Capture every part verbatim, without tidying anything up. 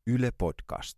Yle Podcast.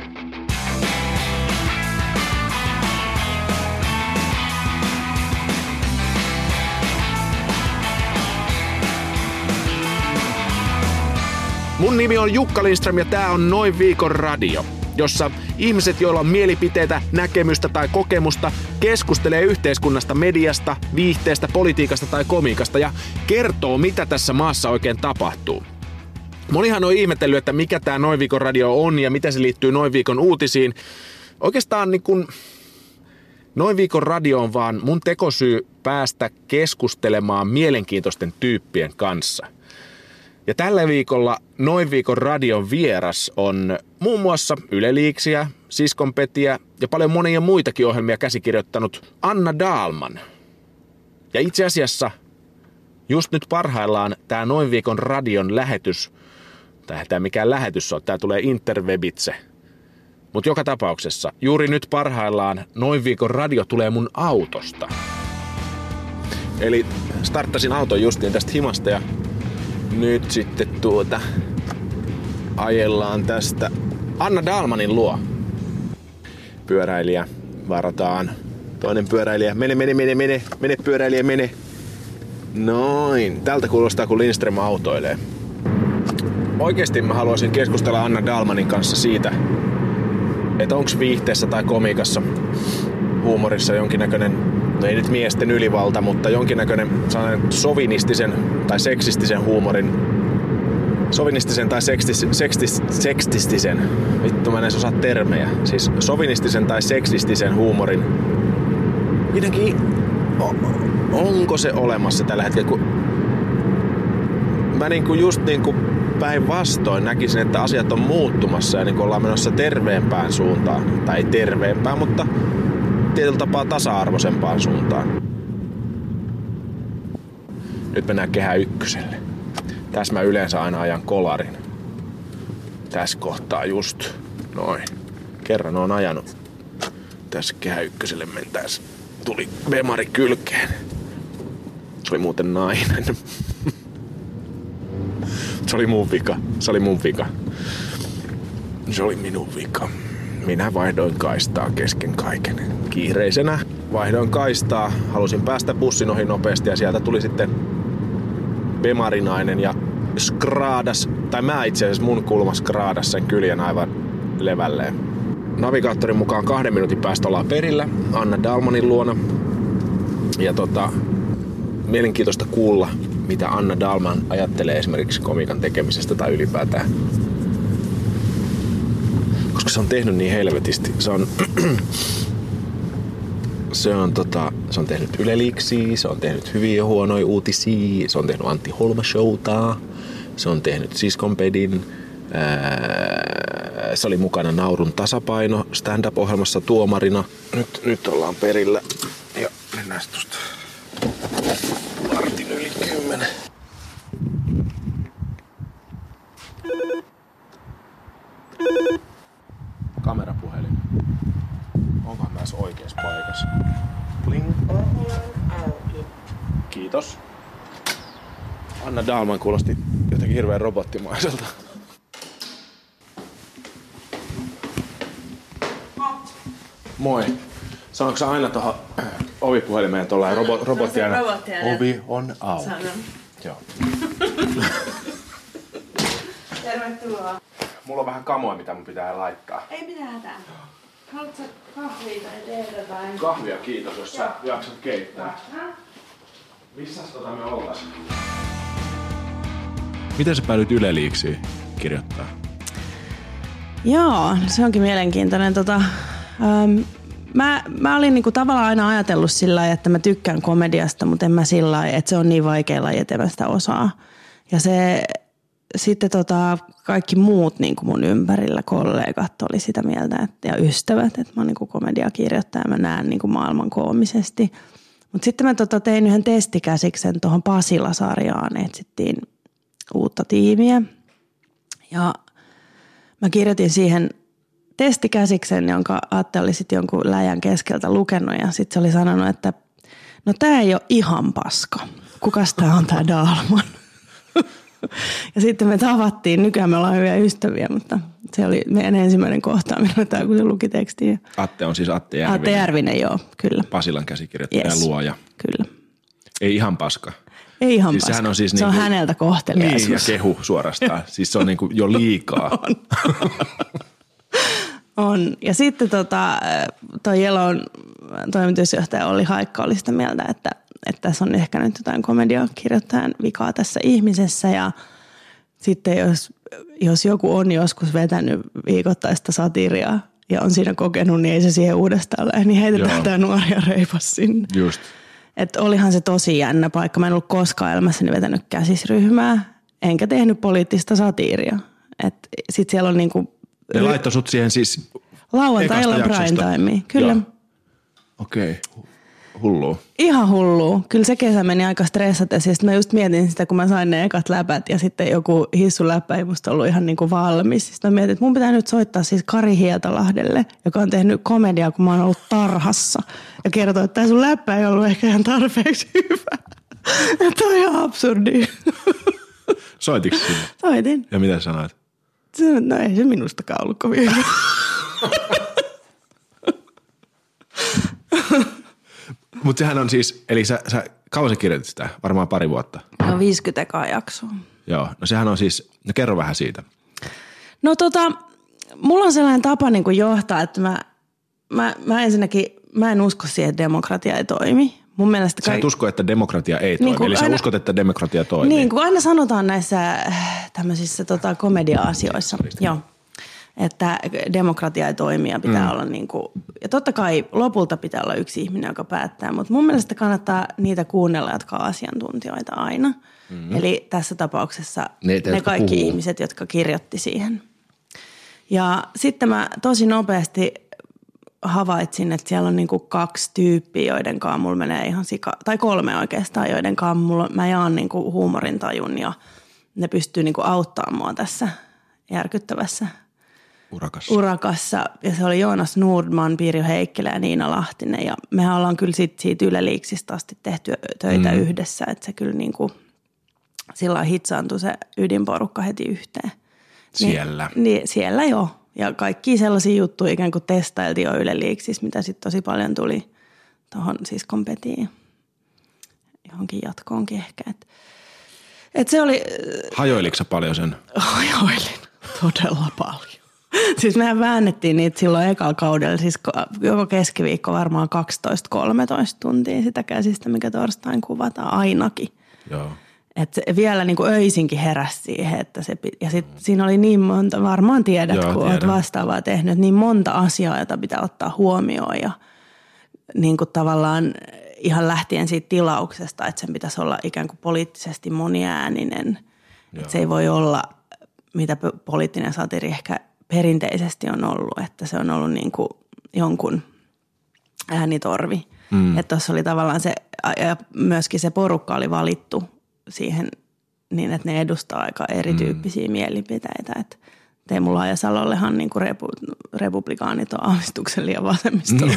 Mun nimi on Jukka Lindström ja tää on Noin viikon radio, jossa ihmiset, joilla on mielipiteitä, näkemystä tai kokemusta, keskustelee yhteiskunnasta, mediasta, viihteestä, politiikasta tai komiikasta ja kertoo, mitä tässä maassa oikein tapahtuu. Monihan on ihmetellyt, että mikä tää Noin viikon radio on ja miten se liittyy Noin viikon uutisiin. Oikeastaan niin kun Noin viikon radio on vaan mun tekosyy päästä keskustelemaan mielenkiintoisten tyyppien kanssa. Ja tällä viikolla Noin viikon radion vieras on muun muassa Yle Leaksia, Siskonpetiä ja paljon monia muitakin ohjelmia käsikirjoittanut Anna Dahlman. Ja itse asiassa just nyt parhaillaan tää Noin viikon radion lähetys, tai tämä mikään lähetys on, tää tulee interwebitse. Mutta joka tapauksessa juuri nyt parhaillaan Noin viikon radio tulee mun autosta. Eli starttasin auton justiin tästä himasta ja nyt sitten tuota ajellaan tästä Anna Dahlmanin luo. Pyöräilijä varataan. Toinen pyöräilijä. Mene, mene, mene, mene. Mene pyöräilijä, mene. Noin. Tältä kuulostaa, kun Lindström autoilee. Oikeesti mä haluaisin keskustella Anna Dahlmanin kanssa siitä, että onks viihteessä tai komiikassa, huumorissa jonkinnäköinen, no ei nyt miesten ylivalta, mutta jonkinnäköinen sellainen sovinistisen tai seksistisen huumorin, sovinistisen tai sekstis, sekstis, seksistisen, vittu mä en edes osaa termejä, siis sovinistisen tai seksistisen huumorin. Jotenkin, onko se olemassa tällä hetkellä, kun mä niinku just niinku päinvastoin näkisin, että asiat on muuttumassa ja niinku ollaan menossa terveempään suuntaan, tai ei terveempään, mutta tietyllä tapaa tasa-arvoisempaan suuntaan. Nyt mennään Kehä Ykköselle. Tässä mä yleensä aina ajan kolarin. Tässä kohtaa just. Noin. Kerran oon ajanut. Tässä Kehä Ykköselle mentäis. Tuli bemari kylkeen. Se oli muuten nainen. Se oli mun vika. Se oli mun vika. Se oli minun vika. Minä vaihdoin kaistaa kesken kaiken. Kiireisenä vaihdoin kaistaa. Halusin päästä bussin ohi nopeasti ja sieltä tuli sitten bemarinainen ja skraadas, tai mä itse asiassa mun kulma skraadas sen kyljen aivan levälleen. Navigaattorin mukaan kahden minuutin päästä ollaan perillä Anna Dahlmanin luona. Ja tota, mielenkiintoista kuulla, mitä Anna Dahlman ajattelee esimerkiksi komiikan tekemisestä tai ylipäätään. Koska se on tehnyt niin helvetisti. Se on, se on, tota, se on tehnyt Yle Leaksia, se on tehnyt hyviä ja huonoja uutisia, se on tehnyt Antti Holma-showtaa, se on tehnyt Siskonpedin, ää, se oli mukana Naurun tasapaino stand-up-ohjelmassa tuomarina. Nyt, nyt ollaan perillä ja mennään tuosta vartin yli kymmenen. Kamerapuhelin. Onkohan mä oikeassa paikassa? Bling. Kiitos. Anna Dahlman kuulosti jotenkin hirveän robottimaiselta. Moi. Sanoitko sä aina tohon ovipuhelimeen tuollain robo- robotti aina? Ovi on auki. Sanon. Joo. Tervetuloa. Mulla on vähän kamoja, mitä mun pitää laittaa. Ei mitään hätää. Haluatko kahvia tai tehdä tai? Kahvia kiitos, jos sä jaksat keittää. Missäs tota me oltais? Miten sä päädyit Yle Leaksiin kirjoittaa? Joo, se onkin mielenkiintoinen. Tota, ähm, mä, mä olin niinku tavallaan aina ajatellut sillä lailla, että mä tykkään komediasta, mutta en mä sillä lailla, että se on niin vaikea laji, että mä sitä osaa. Ja se sitten tota, kaikki muut niin kuin mun ympärillä kollegat oli sitä mieltä että, ja ystävät, että mä oon niin komediakirjoittaja ja mä näen niin kuin maailman koomisesti. Mutta sitten mä tota, tein yhden testikäsiksen tuohon Pasila-sarjaan, etsittiin uutta tiimiä. Ja mä kirjoitin siihen testikäsiksen, jonka Atte oli sitten jonkun läjän keskeltä lukenut ja sitten se oli sanonut, että no tää ei ole ihan paska. Kukas tää on tää Dahlman? Ja sitten me tavattiin, nykyään me ollaan hyviä ystäviä, mutta se oli meidän ensimmäinen kohtaaminen, tai kun se luki tekstiin. Atte on siis Atte Järvinen. Atte Järvinen, joo, kyllä. Pasilan käsikirjoittaja yes. ja luoja. Kyllä. Ei ihan paska. Ei ihan siis paska. Sehän on siis se niin on kuin, häneltä kohteliaisuus. Niin, ja kehu suorastaan. Siis se on niin kuin jo liikaa. on. on. Ja sitten tota, toi Jelon toimitusjohtaja Olli Haikka oli sitä mieltä, että, että tässä on ehkä nyt jotain komediakirjoittajan vikaa tässä ihmisessä. Ja sitten jos, jos joku on joskus vetänyt viikoittaista satiiria ja on siinä kokenut, niin ei se siihen uudestaan lähde, niin heitetään tämä nuoria reipas sinne. Just. Että olihan se tosi jännä paikka. Mä en ollut koskaan elämässäni vetänyt käsisryhmää, enkä tehnyt poliittista satiiria. Että sit siellä on niinku... Ne laittoi sut siihen siis lauantailla prime timeen, kyllä. Okei, okay. Hullua. Ihan hullua. Kyllä se kesä meni aika stressates ja sitten mä just mietin sitä, kun mä sain ne ekat läpät ja sitten joku hissuläppä ei musta ollut ihan niinku valmis. Sitten mä mietin, että mun pitää nyt soittaa siis Kari Hietalahdelle, joka on tehnyt komediaa, kun mä oon ollut tarhassa. Ja kertoo, että tää sun läppä ei ollut ehkä ihan tarpeeksi hyvä. Että on ihan absurdi. Soititko sinne? Soitin. Ja mitä sanoit? No ei se minustakaan ollut kovin hyvä. Mutta sehän on siis, eli sä, sä kauan sä kirjoitit sitä? Varmaan pari vuotta. No viisikymmentä ekaa jaksoa. Joo, no sehän on siis, no kerro vähän siitä. No tota, mulla on sellainen tapa niin kuin johtaa, että mä, mä, mä ensinnäkin, mä en usko siihen, että demokratia ei toimi. Mun mielestä Sä et usko, että demokratia ei toimi, niin eli sä aina, uskot, että demokratia toimii. Niin kuin aina sanotaan näissä tämmöisissä tota, komedia-asioissa, joo, että demokratia ei toimi ja pitää mm. olla niin kuin, ja totta kai lopulta pitää olla yksi ihminen, joka päättää, mutta mun mielestä kannattaa niitä kuunnella, jotka on asiantuntijoita aina. Mm. Eli tässä tapauksessa ne, ne kaikki puhuu. Ihmiset, jotka kirjoitti siihen. Ja sitten mä tosi nopeasti havaitsin, että siellä on niinku kaksi tyyppiä, joidenkaan mulla menee ihan sika, tai kolme oikeastaan, joidenkaan mulla, mä jaan niinku huumorintajun ja ne pystyy niinku auttamaan mua tässä järkyttävässä urakassa. urakassa. Ja se oli Joonas Nordman, Pirjo Heikkilä ja Niina Lahtinen ja mehän ollaan kyllä sit siitä Yle Liiksistä asti tehty töitä mm. yhdessä, että se kyllä niinku silloin hitsaantui se ydinporukka heti yhteen. Siellä. Niin, niin siellä joo. Ja kaikki sellaisia juttuja ikään kuin testailtiin jo Yle Liiksissä, mitä sitten tosi paljon tuli tuohon siis kompetiin johonkin jatkoonkin ehkä. Et, et se oli... Hajoiliko sä paljon sen? Hajoilin todella paljon. Siis mehän väännettiin niitä silloin ekalla kaudella, siis joko keskiviikko varmaan kaksitoista kolmetoista tuntia sitä käsistä, mikä torstain kuvataan ainakin. Joo. Että vielä niin kuin öisinkin heräsi siihen, että se, ja sitten siinä oli niin monta, varmaan tiedät, joo, kun olet vastaavaa tehnyt, niin monta asiaa, jota pitää ottaa huomioon ja niin kuin tavallaan ihan lähtien siitä tilauksesta, että sen pitäisi olla ikään kuin poliittisesti moniääninen. Että se ei voi olla, mitä poliittinen satiri ehkä perinteisesti on ollut, että se on ollut niin kuin jonkun äänitorvi. Mm. Että tuossa oli tavallaan se, ja myöskin se porukka oli valittu siihen niin, että ne edustaa aika erityyppisiä mm. mielipiteitä. Että Teemu Laajasalollehan niin kuin repu, republikaanit on aavistuksen liian vasemmistolla.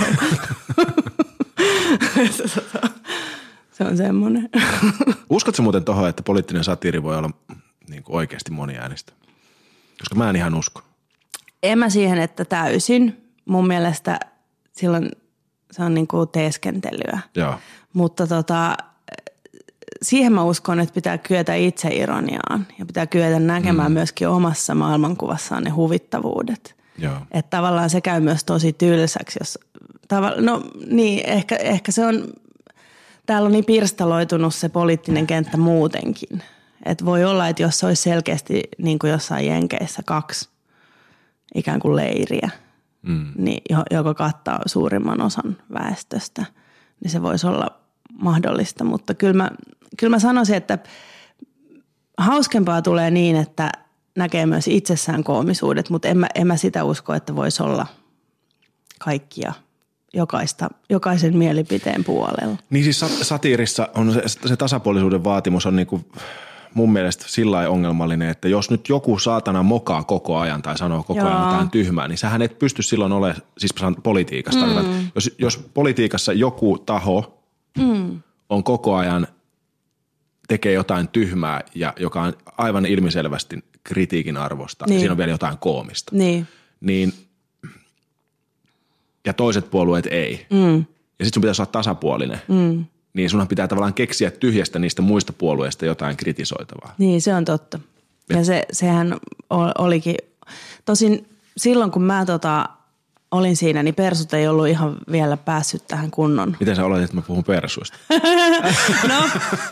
Se on semmoinen. Uskotko muuten tuohon, että poliittinen satiiri voi olla niin kuin oikeasti moniäänistä? Koska mä en ihan usko. En mä siihen, että täysin. Mun mielestä silloin se on niin kuin teeskentelyä. Joo. Mutta tota... siihen mä uskon, että pitää kyetä itseironiaan ja pitää kyetä näkemään mm. myöskin omassa maailmankuvassaan ne huvittavuudet. Joo. Että tavallaan se käy myös tosi tylsäksi, jos tavalla, no niin, ehkä, ehkä se on, täällä on niin pirstaloitunut se poliittinen kenttä muutenkin. Että voi olla, että jos se olisi selkeästi niin kuin jossain Jenkeissä kaksi ikään kuin leiriä, mm. niin, joka kattaa suurimman osan väestöstä, niin se voisi olla mahdollista, mutta kyllä mä, kyllä mä sanoisin, että hauskempaa tulee niin, että näkee myös itsessään koomisuudet, mutta en mä, en mä sitä usko, että voisi olla kaikkia jokaista, jokaisen mielipiteen puolella. Niin siis satiirissa on se, se tasapuolisuuden vaatimus on niinku mun mielestä sillä lailla ongelmallinen, että jos nyt joku saatana mokaa koko ajan tai sanoo koko Joo. ajan jotain tyhmää, niin sähän et pysty silloin olemaan, siis politiikasta, mm. jos, jos politiikassa joku taho Mm. on koko ajan tekee jotain tyhmää ja joka on aivan ilmiselvästi kritiikin arvosta niin. ja siinä on vielä jotain koomista. Niin. Niin, ja toiset puolueet ei. Mm. Ja sit sun pitäisi olla tasapuolinen. Mm. Niin sunhan pitää tavallaan keksiä tyhjästä niistä muista puolueista jotain kritisoitavaa. Niin, se on totta. Ja se, sehän olikin, tosin silloin kun mä tota, olin siinä, niin persut ei ollut ihan vielä päässyt tähän kunnon. Miten sä oletit, että mä puhun persuista? No,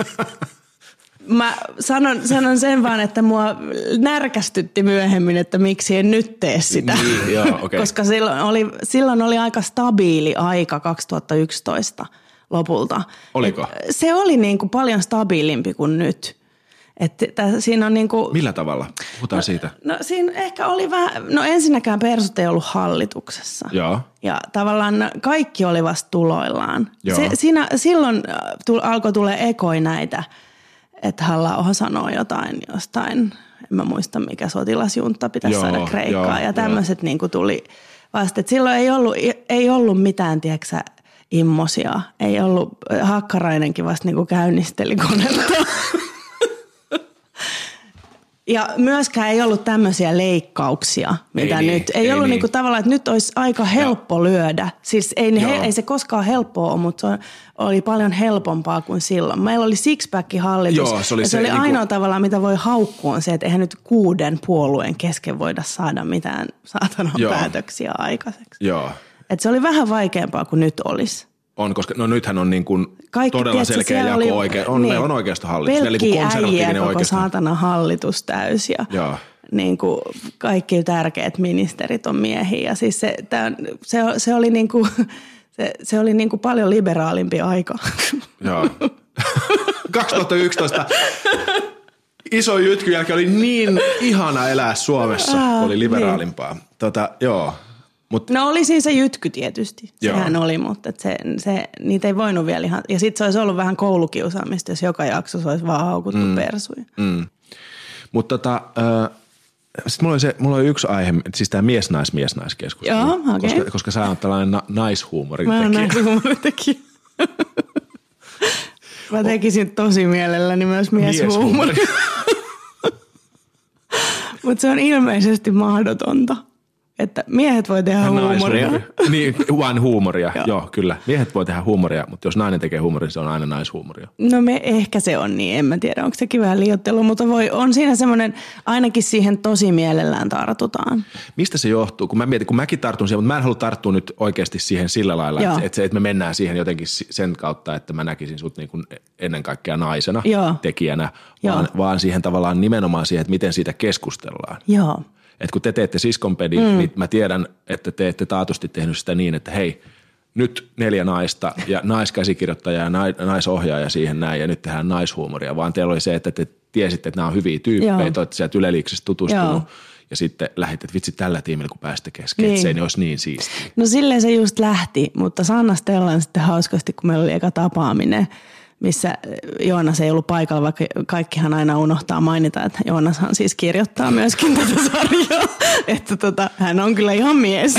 mä sanon, sanon sen vaan, että mua närkästytti myöhemmin, että miksi en nyt tee sitä. Niin, joo, okay. Koska silloin oli, silloin oli aika stabiili aika kaksituhattayksitoista lopulta. Oliko? Et se oli niin kuin paljon stabiilimpi kuin nyt. Että siinä on niinku, millä tavalla? Puhutaan no, siitä. No siinä ehkä oli vähän, no ensinnäkään persut ei ollut hallituksessa. Joo. Ja tavallaan kaikki oli vasta tuloillaan. Se, siinä, silloin tu, alkoi tulee ekoi näitä, että Halla-aho sanoo jotain jostain, en mä muista mikä sotilasjunta pitäisi joo, saada Kreikkaa. Joo, ja tämmöiset niinku tuli vasta. Et silloin ei ollut, ei ollut mitään, tiedätkö immosia. Ei ollut, Hakkarainenkin vasta niinku käynnisteli konetta. Ja myöskään ei ollut tämmöisiä leikkauksia, mitä ei nyt. Niin, ei, ei ollut niin. Niinku tavallaan, että nyt olisi aika helppo ja. lyödä. Siis ei, he, ei se koskaan helppoa ole, mutta se oli paljon helpompaa kuin silloin. Meillä oli six-pack-hallitus. Joo, se oli, ja se se oli niinku ainoa tavalla, mitä voi haukkua, on se, että eihän nyt kuuden puolueen kesken voida saada mitään saatanan Joo. päätöksiä aikaiseksi. Joo. Että se oli vähän vaikeampaa kuin nyt olisi. On, koska no nythän on niin kuin kaikki, todella tiedätkö, selkeä jako oli, oikein. On, niin, on oikeasta hallitus. Pelkki äijä koko oikeasta. Saatana hallitus täys ja Joo. Niin kuin kaikki tärkeät ministerit on miehiä. Ja siis se, tämän, se, se oli, niin kuin, se, se oli niin kuin paljon liberaalimpi aika. Joo. kaksituhattayksitoista iso jytkyn jälkeen oli niin ihana elää Suomessa, ah, kun oli liberaalimpaa. Niin. Tota, joo. Mut, no oli siinä se jytky tietysti, sehän joo. oli, mutta se, se, niitä ei voinut vielä ihan, ja sitten se olisi ollut vähän koulukiusaamista, jos joka jaksossa olisi vaan haukuttu mm, persuja. Mm. Mutta tota, äh, sitten mulla oli, se, mulla oli yksi aihe, siis tämä mies-nais-mies-nais-keskustelu. Joo, okei. Okay. Koska, koska sä oot tällainen na, naishuumoritekijä. Mä oon naishuumoritekijä. Mä tekisin tosi mielelläni myös mieshuumoria. Mutta se on ilmeisesti mahdotonta. Että miehet voi tehdä huumoria. Niin, vain huumoria. Joo. Joo, kyllä. Miehet voi tehdä huumoria, mutta jos nainen tekee huumoria, se on aina naishuumoria. No me, ehkä se on niin, en mä tiedä, onko sekin vähän liioittelu, mutta voi, on siinä semmoinen, ainakin siihen tosi mielellään tartutaan. Mistä se johtuu? Kun mä mietin, kun mäkin tartun siihen, mutta mä en halua tarttua nyt oikeasti siihen sillä lailla, että, että, että me mennään siihen jotenkin sen kautta, että mä näkisin sut niin kuin ennen kaikkea naisena, Joo. tekijänä, vaan, vaan siihen tavallaan nimenomaan siihen, että miten siitä keskustellaan. Joo. Että kun te teette Siskonpedin, mm. niin mä tiedän, että te ette taatusti tehnyt sitä niin, että hei, nyt neljä naista ja naiskäsikirjoittaja ja naisohjaaja siihen näin ja nyt tehdään naishuumoria, vaan teillä oli se, että te tiesitte, että nämä on hyviä tyyppejä, te olette sieltä Yle Liiksestä tutustunut Joo. ja sitten lähditte, että vitsi tällä tiimillä kun pääsitte kesken, niin. että se ei olisi niin siistiä. No silleen se just lähti, mutta Sanna Stellan sitten hauskasti, kun meillä oli eka tapaaminen, missä Joonas ei ollut paikalla, vaikka kaikkihan aina unohtaa mainita, että Joonashan siis kirjoittaa myöskin tätä sarjaa, että tota, hän on kyllä ihan mies.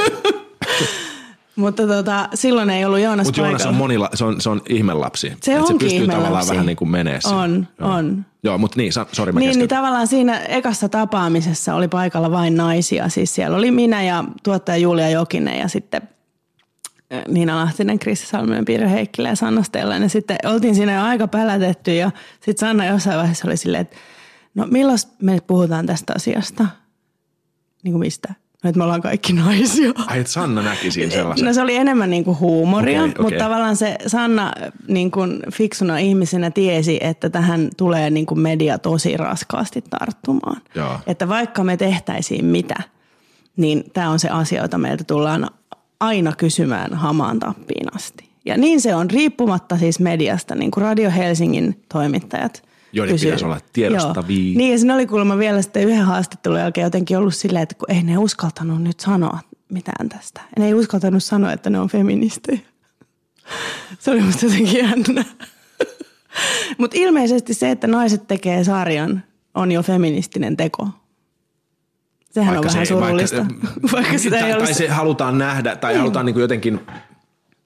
Mutta tota, silloin ei ollut Joonas Mut paikalla. Mutta Joonas on, monila, se on, se on ihmelapsi. Se onkin se pystyy ihmelapsi. Tavallaan vähän niin kuin menee siihen. On, Joo. on. Joo, mutta niin, sori mä niin, niin tavallaan siinä ekassa tapaamisessa oli paikalla vain naisia. Siis siellä oli minä ja tuottaja Julia Jokinen ja sitten Niina Lahtinen, Krissi Salminen, Piirre Heikkilä ja Sanna Stellan. Ja sitten oltiin siinä jo aika pälätetty ja sitten Sanna jossain vaiheessa oli silleen, että no milloin me puhutaan tästä asiasta? Niin kuin mistä? No, että me ollaan kaikki naisia. Ai, että Sanna näki siinä sellaisen. No se oli enemmän niin kuin huumoria, okay, okay. mutta tavallaan se Sanna niin kuin fiksuna ihmisenä tiesi, että tähän tulee niin kuin media tosi raskaasti tarttumaan. Joo. Että vaikka me tehtäisiin mitä, niin tämä on se asia, jota meiltä tullaan aina kysymään hamaan tappiin asti. Ja niin se on, riippumatta siis mediasta, niin kuin Radio Helsingin toimittajat joiden kysyy. Pitäisi olla tiedostavia. Joo. Niin ja siinä oli kuulemma vielä sitten yhden haastattelun jälkeen jotenkin ollut silleen, että kun ei ne uskaltanut nyt sanoa mitään tästä. Ne ei uskaltanut sanoa, että ne on feministejä. Se oli musta jotenkin jännä. Mutta ilmeisesti se, että naiset tekee sarjan, on jo feministinen teko. Sehän vaikka on vähän se, surullista. Vaikka, vaikka sitä tai, ei tai se halutaan nähdä, tai mm. halutaan niin kuin jotenkin,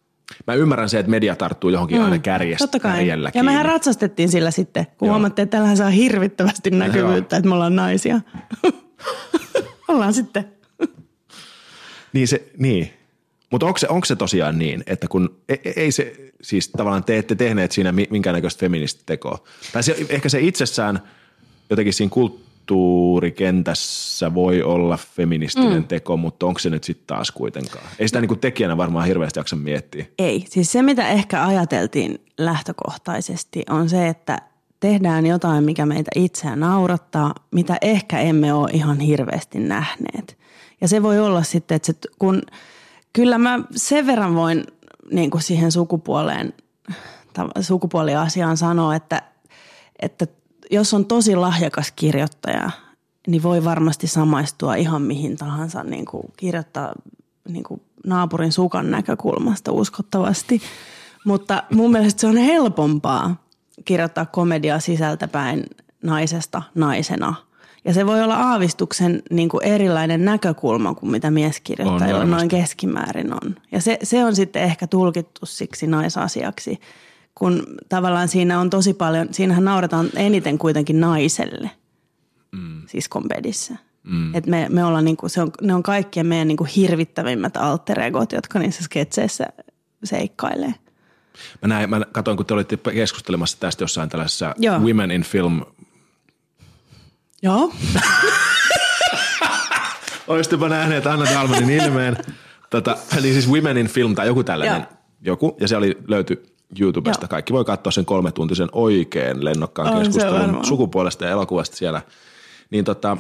mä ymmärrän se, että media tarttuu johonkin mm. aina kärjestä. Totta kai. Kärjellä ja mehän ratsastettiin sillä sitten, kun huomattiin, että tällähän saa hirvittävästi näkyvyyttä, no, että me ollaan naisia. Ollaan sitten. niin se, niin. Mutta onko se, onko se tosiaan niin, että kun ei, ei se, siis tavallaan te ette tehneet siinä minkäännäköistä feministitekoa. Tai se, ehkä se itsessään jotenkin siinä kulttuurikentässä voi olla feministinen mm. teko, mutta onko se nyt sitten taas kuitenkaan? Ei sitä niinku tekijänä varmaan hirveästi jaksa miettiä. Ei, siis se mitä ehkä ajateltiin lähtökohtaisesti on se, että tehdään jotain, mikä meitä itseään naurattaa, mitä ehkä emme ole ihan hirveästi nähneet. Ja se voi olla sitten, että se, kun kyllä mä sen verran voin niin kuin siihen sukupuoleen, sukupuoliasiaan sanoa, että, että jos on tosi lahjakas kirjoittaja, niin voi varmasti samaistua ihan mihin tahansa niin kuin kirjoittaa niin kuin naapurin sukan näkökulmasta uskottavasti. Mutta mun mielestä se on helpompaa kirjoittaa komediaa sisältäpäin naisesta naisena. Ja se voi olla aavistuksen niin kuin erilainen näkökulma kuin mitä mieskirjoittajilla on, noin keskimäärin on. Ja se, se on sitten ehkä tulkittu siksi naisasiaksi, kun tavallaan siinä on tosi paljon, siinähän nauretaan eniten kuitenkin naiselle, mm. siis komedissä. Mm. Että me, me ollaan niin kuin, se on, ne on kaikkien meidän niin kuin hirvittävimmät alter egot, jotka niissä sketseissä seikkailee. Mä, näin, mä katsoin, kun te olitte keskustelemassa tästä jossain tällaisessa Joo. Women in Film. Joo. Olisittepa nähneet Anna Dalmanin ilmeen. Tota, niin siis Women in Film tai joku tällainen. Joo. Joku. Ja se oli, löytyi YouTubesta. Joo. Kaikki voi katsoa sen kolmetuntisen oikein lennokkaan on keskustelun sukupuolesta ja elokuvasta siellä. Niin tota,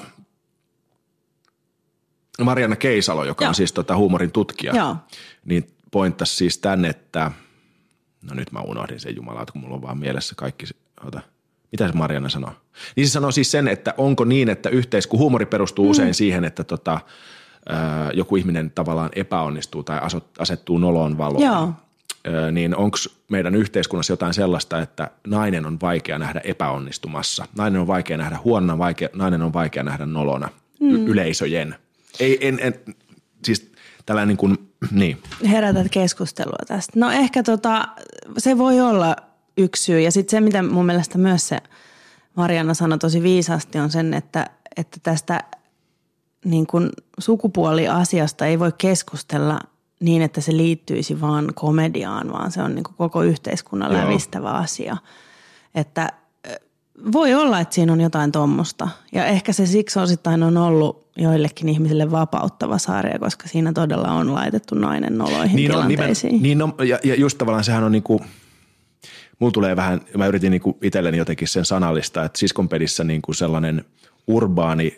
Marianna Keisalo, joka Joo. on siis tota huumorin tutkija, Joo. niin pointtasi siis tänne, että no nyt mä unohdin sen jumalauta, kun mulla on vaan mielessä kaikki, ota, mitä se Marianna sanoo? Niin se sanoo siis sen, että onko niin, että yhteisku, huumori perustuu mm. usein siihen, että tota, ää, joku ihminen tavallaan epäonnistuu tai asettuu noloon valoon. Joo. Ää, niin onko meidän yhteiskunnassa jotain sellaista, että nainen on vaikea nähdä epäonnistumassa? Nainen on vaikea nähdä huonona, vaikea, nainen on vaikea nähdä nolona mm. y- yleisöjen. Ei, en, en, siis tällainen niin kuin, niin. Herätät keskustelua tästä. No ehkä tota, se voi olla yksi syy. Ja sitten se, mitä mun mielestä myös se Marianna sanoi tosi viisaasti, on sen, että, että tästä niin kuin sukupuoliasiasta ei voi keskustella niin, että se liittyisi vaan komediaan, vaan se on niin kuin koko yhteiskunnan Joo. lävistävä asia. Että voi olla, että siinä on jotain tommosta. Ja ehkä se siksi osittain on ollut joillekin ihmisille vapauttava sarja, koska siinä todella on laitettu nainen noloihin niin tilanteisiin. On, niin on, ja, ja just tavallaan sehän on niinku, mulla tulee vähän, mä yritin niinku itselleni jotenkin sen sanallista, että Siskonpedissä niinku sellainen urbaani,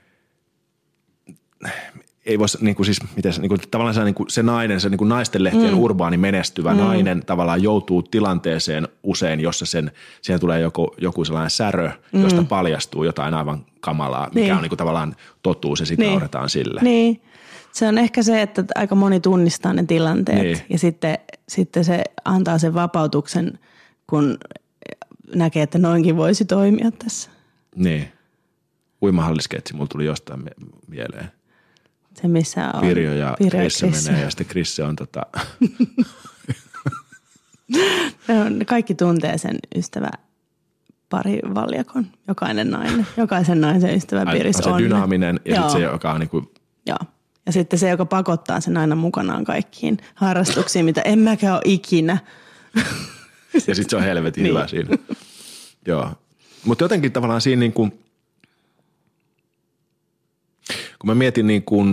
ei voisi niinku siis, miten se, niinku, tavallaan se, niinku, se nainen, se niinku naisten lehtien mm. urbaani menestyvä mm. nainen tavallaan joutuu tilanteeseen usein, jossa sen, siihen tulee joku, joku sellainen särö, mm. josta paljastuu jotain aivan kamalaa, mikä niin. on niinku tavallaan totuus ja sitten niin. nauretaan sille. Niin, se on ehkä se, että aika moni tunnistaa ne tilanteet niin. ja sitten, sitten se antaa sen vapautuksen, kun näkee, että noinkin voisi toimia tässä. Niin, uimahallisketsi mulla tuli jostain mieleen. Se missä on Pirjo ja Krisse menee ja sitten Krisse on tota. Kaikki tuntee sen ystävä pari valjakon, jokainen nainen, jokaisen naisen ystäväpiirissä on. Se dynaaminen ja sitten se, joka on niinku. Joo. Ja sitten se, joka pakottaa sen aina mukanaan kaikkiin harrastuksiin, mitä en mäkään ole ikinä. Ja sitten se on helvetin niin. hyvä siinä. Joo. Mutta jotenkin tavallaan siinä niinku, kun mä mietin niin kuin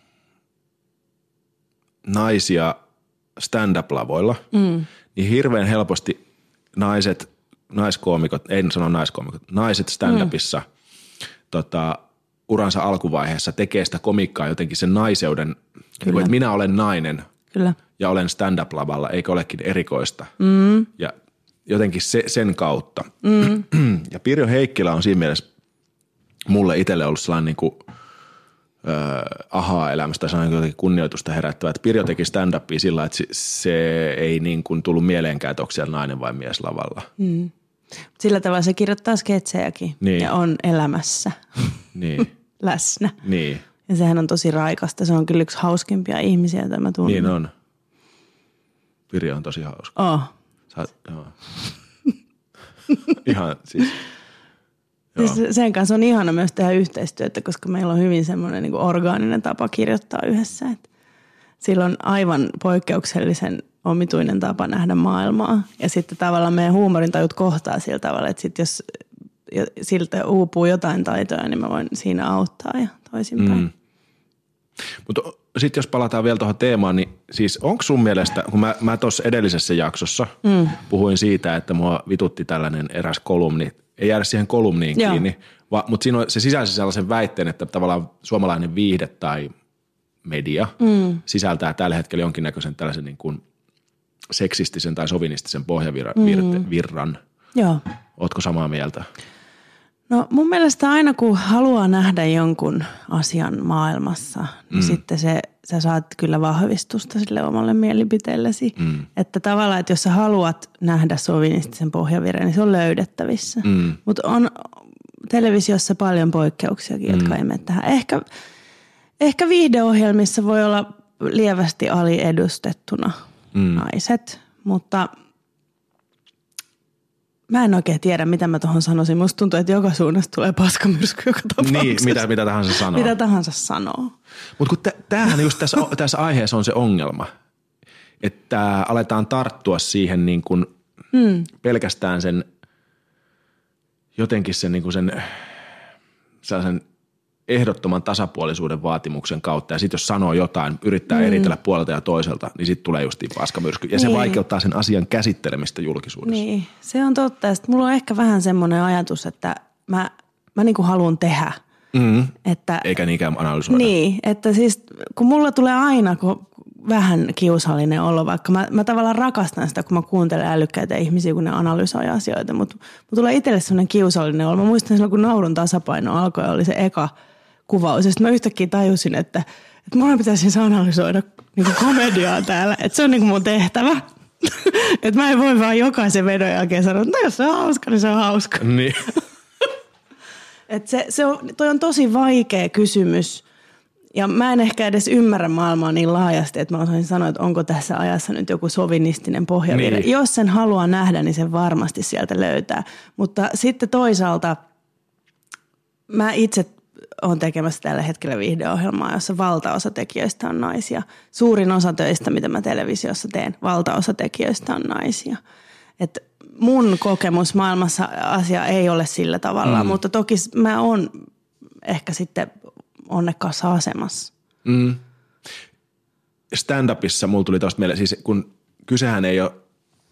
naisia stand-up-lavoilla, mm. niin hirveän helposti naiset, naiskoomikot, ei sano naiskoomikot, naiset stand-upissa mm. tota, uransa alkuvaiheessa tekee sitä komiikkaa jotenkin sen naiseuden, niin kuin, että minä olen nainen Kyllä. ja olen stand-up-lavalla, eikä olekin erikoista. Mm. Ja jotenkin se, sen kautta. Mm. Ja Pirjo Heikkilä on siinä mielessä mulle itselle ollut sellainen niin kuin Öö, ahaa-elämästä tai sellainen jotenkin kunnioitusta herättävää, että Pirjo teki stand-upia sillä, että se, se ei niin kuin tullut mieleenkään, että onko siellä nainen vai mies lavalla. Mm. Sillä tavalla se kirjoittaa sketsejäkin niin. ja on elämässä niin. läsnä. Niin. Ja sehän on tosi raikasta. Se on kyllä yksi hauskimpia ihmisiä, joita mä tunnen. Niin on. Pirjo on tosi hauska. Oh. Sä, joo. Ihan siis. siis. Sen kanssa on ihana myös tehdä yhteistyötä, koska meillä on hyvin semmoinen niin kuin orgaaninen tapa kirjoittaa yhdessä. Et sillä on aivan poikkeuksellisen omituinen tapa nähdä maailmaa. Ja sitten tavallaan meidän huumorintajut kohtaa sillä tavalla, että sit jos siltä uupuu jotain taitoja, niin mä voin siinä auttaa ja toisinpäin. Mm. Mutta sitten jos palataan vielä tuohon teemaan, niin siis onko sun mielestä, kun mä, mä tuossa edellisessä jaksossa mm. puhuin siitä, että mua vitutti tällainen eräs kolumni, ei jäädä siihen kolumniin Joo. kiinni, va, mutta siinä on, se sisälsi sellaisen väitteen, että tavallaan suomalainen viihde tai media mm. sisältää tällä hetkellä jonkinnäköisen tällaisen niin kuin seksistisen tai sovinistisen pohjavirran. Mm. Virran. Joo. Ootko samaa mieltä? No mun mielestä aina kun haluaa nähdä jonkun asian maailmassa, niin mm. sitten se, sä saat kyllä vahvistusta sille omalle mielipiteellesi. Mm. Että tavallaan, että jos sä haluat nähdä sovinistisen pohjavirran, niin se on löydettävissä. Mm. Mutta on televisiossa paljon poikkeuksiakin, mm. jotka ei mene tähän. Ehkä, ehkä viihdeohjelmissa voi olla lievästi aliedustettuna mm. naiset, mutta mä en oikein tiedä, mitä mä tuohon sanoisin. Musta tuntuu, että joka suunnasta tulee paskamyrsky joka tapauksessa. Niin, mitä, mitä tahansa sanoo. Mitä tahansa sanoo. Mutta tämähän just tässä, tässä aiheessa on se ongelma, että aletaan tarttua siihen niin kuin mm. pelkästään sen jotenkin sen, niin kuin sen sellaisen ehdottoman tasapuolisuuden vaatimuksen kautta. Ja sitten jos sanoo jotain, yrittää mm. eritellä puolelta ja toiselta, niin sitten tulee justiin paskamyrsky. Ja niin. se vaikeuttaa sen asian käsittelemistä julkisuudessa. Niin, se on totta. Ja sitten mulla on ehkä vähän semmoinen ajatus, että mä, mä niin kuin haluan tehdä. Mm. Että, eikä niinkään analysoida. Niin, että siis kun mulla tulee aina kun vähän kiusallinen olo, vaikka mä, mä tavallaan rakastan sitä, kun mä kuuntelen älykkäitä ihmisiä, kun ne analysoi asioita, mutta mut tulee itselle semmoinen kiusallinen olo. Mä muistan silloin, kun Naurun tasapaino alkoi, oli se eka kuvaus. Ja sitten mä yhtäkkiä tajusin, että, että mulla pitäisi analysoida niin kuin komediaa täällä, että se on niin kuin mun tehtävä. Että mä en voi vaan jokaisen vedon jälkeen sanoa, että no jos se on hauska, niin se on hauska. Niin. Että se, se on, toi on tosi vaikea kysymys. Ja mä en ehkä edes ymmärrä maailmaa niin laajasti, että mä osaisin sanoa, että onko tässä ajassa nyt joku sovinistinen pohjavirre. Niin. Jos sen haluaa nähdä, niin sen varmasti sieltä löytää. Mutta sitten toisaalta mä itse olen tekemässä tällä hetkellä viihdeohjelmaa, jossa valtaosa tekijöistä on naisia. Suurin osa töistä, mitä mä televisiossa teen, valtaosa tekijöistä on naisia. Et mun kokemus maailmassa asia ei ole sillä tavalla, mm. mutta toki mä oon ehkä sitten onnekkaassa asemassa. Mm. Stand-upissa mulla tuli tosta mieleen, siis kun kysehän ei ole,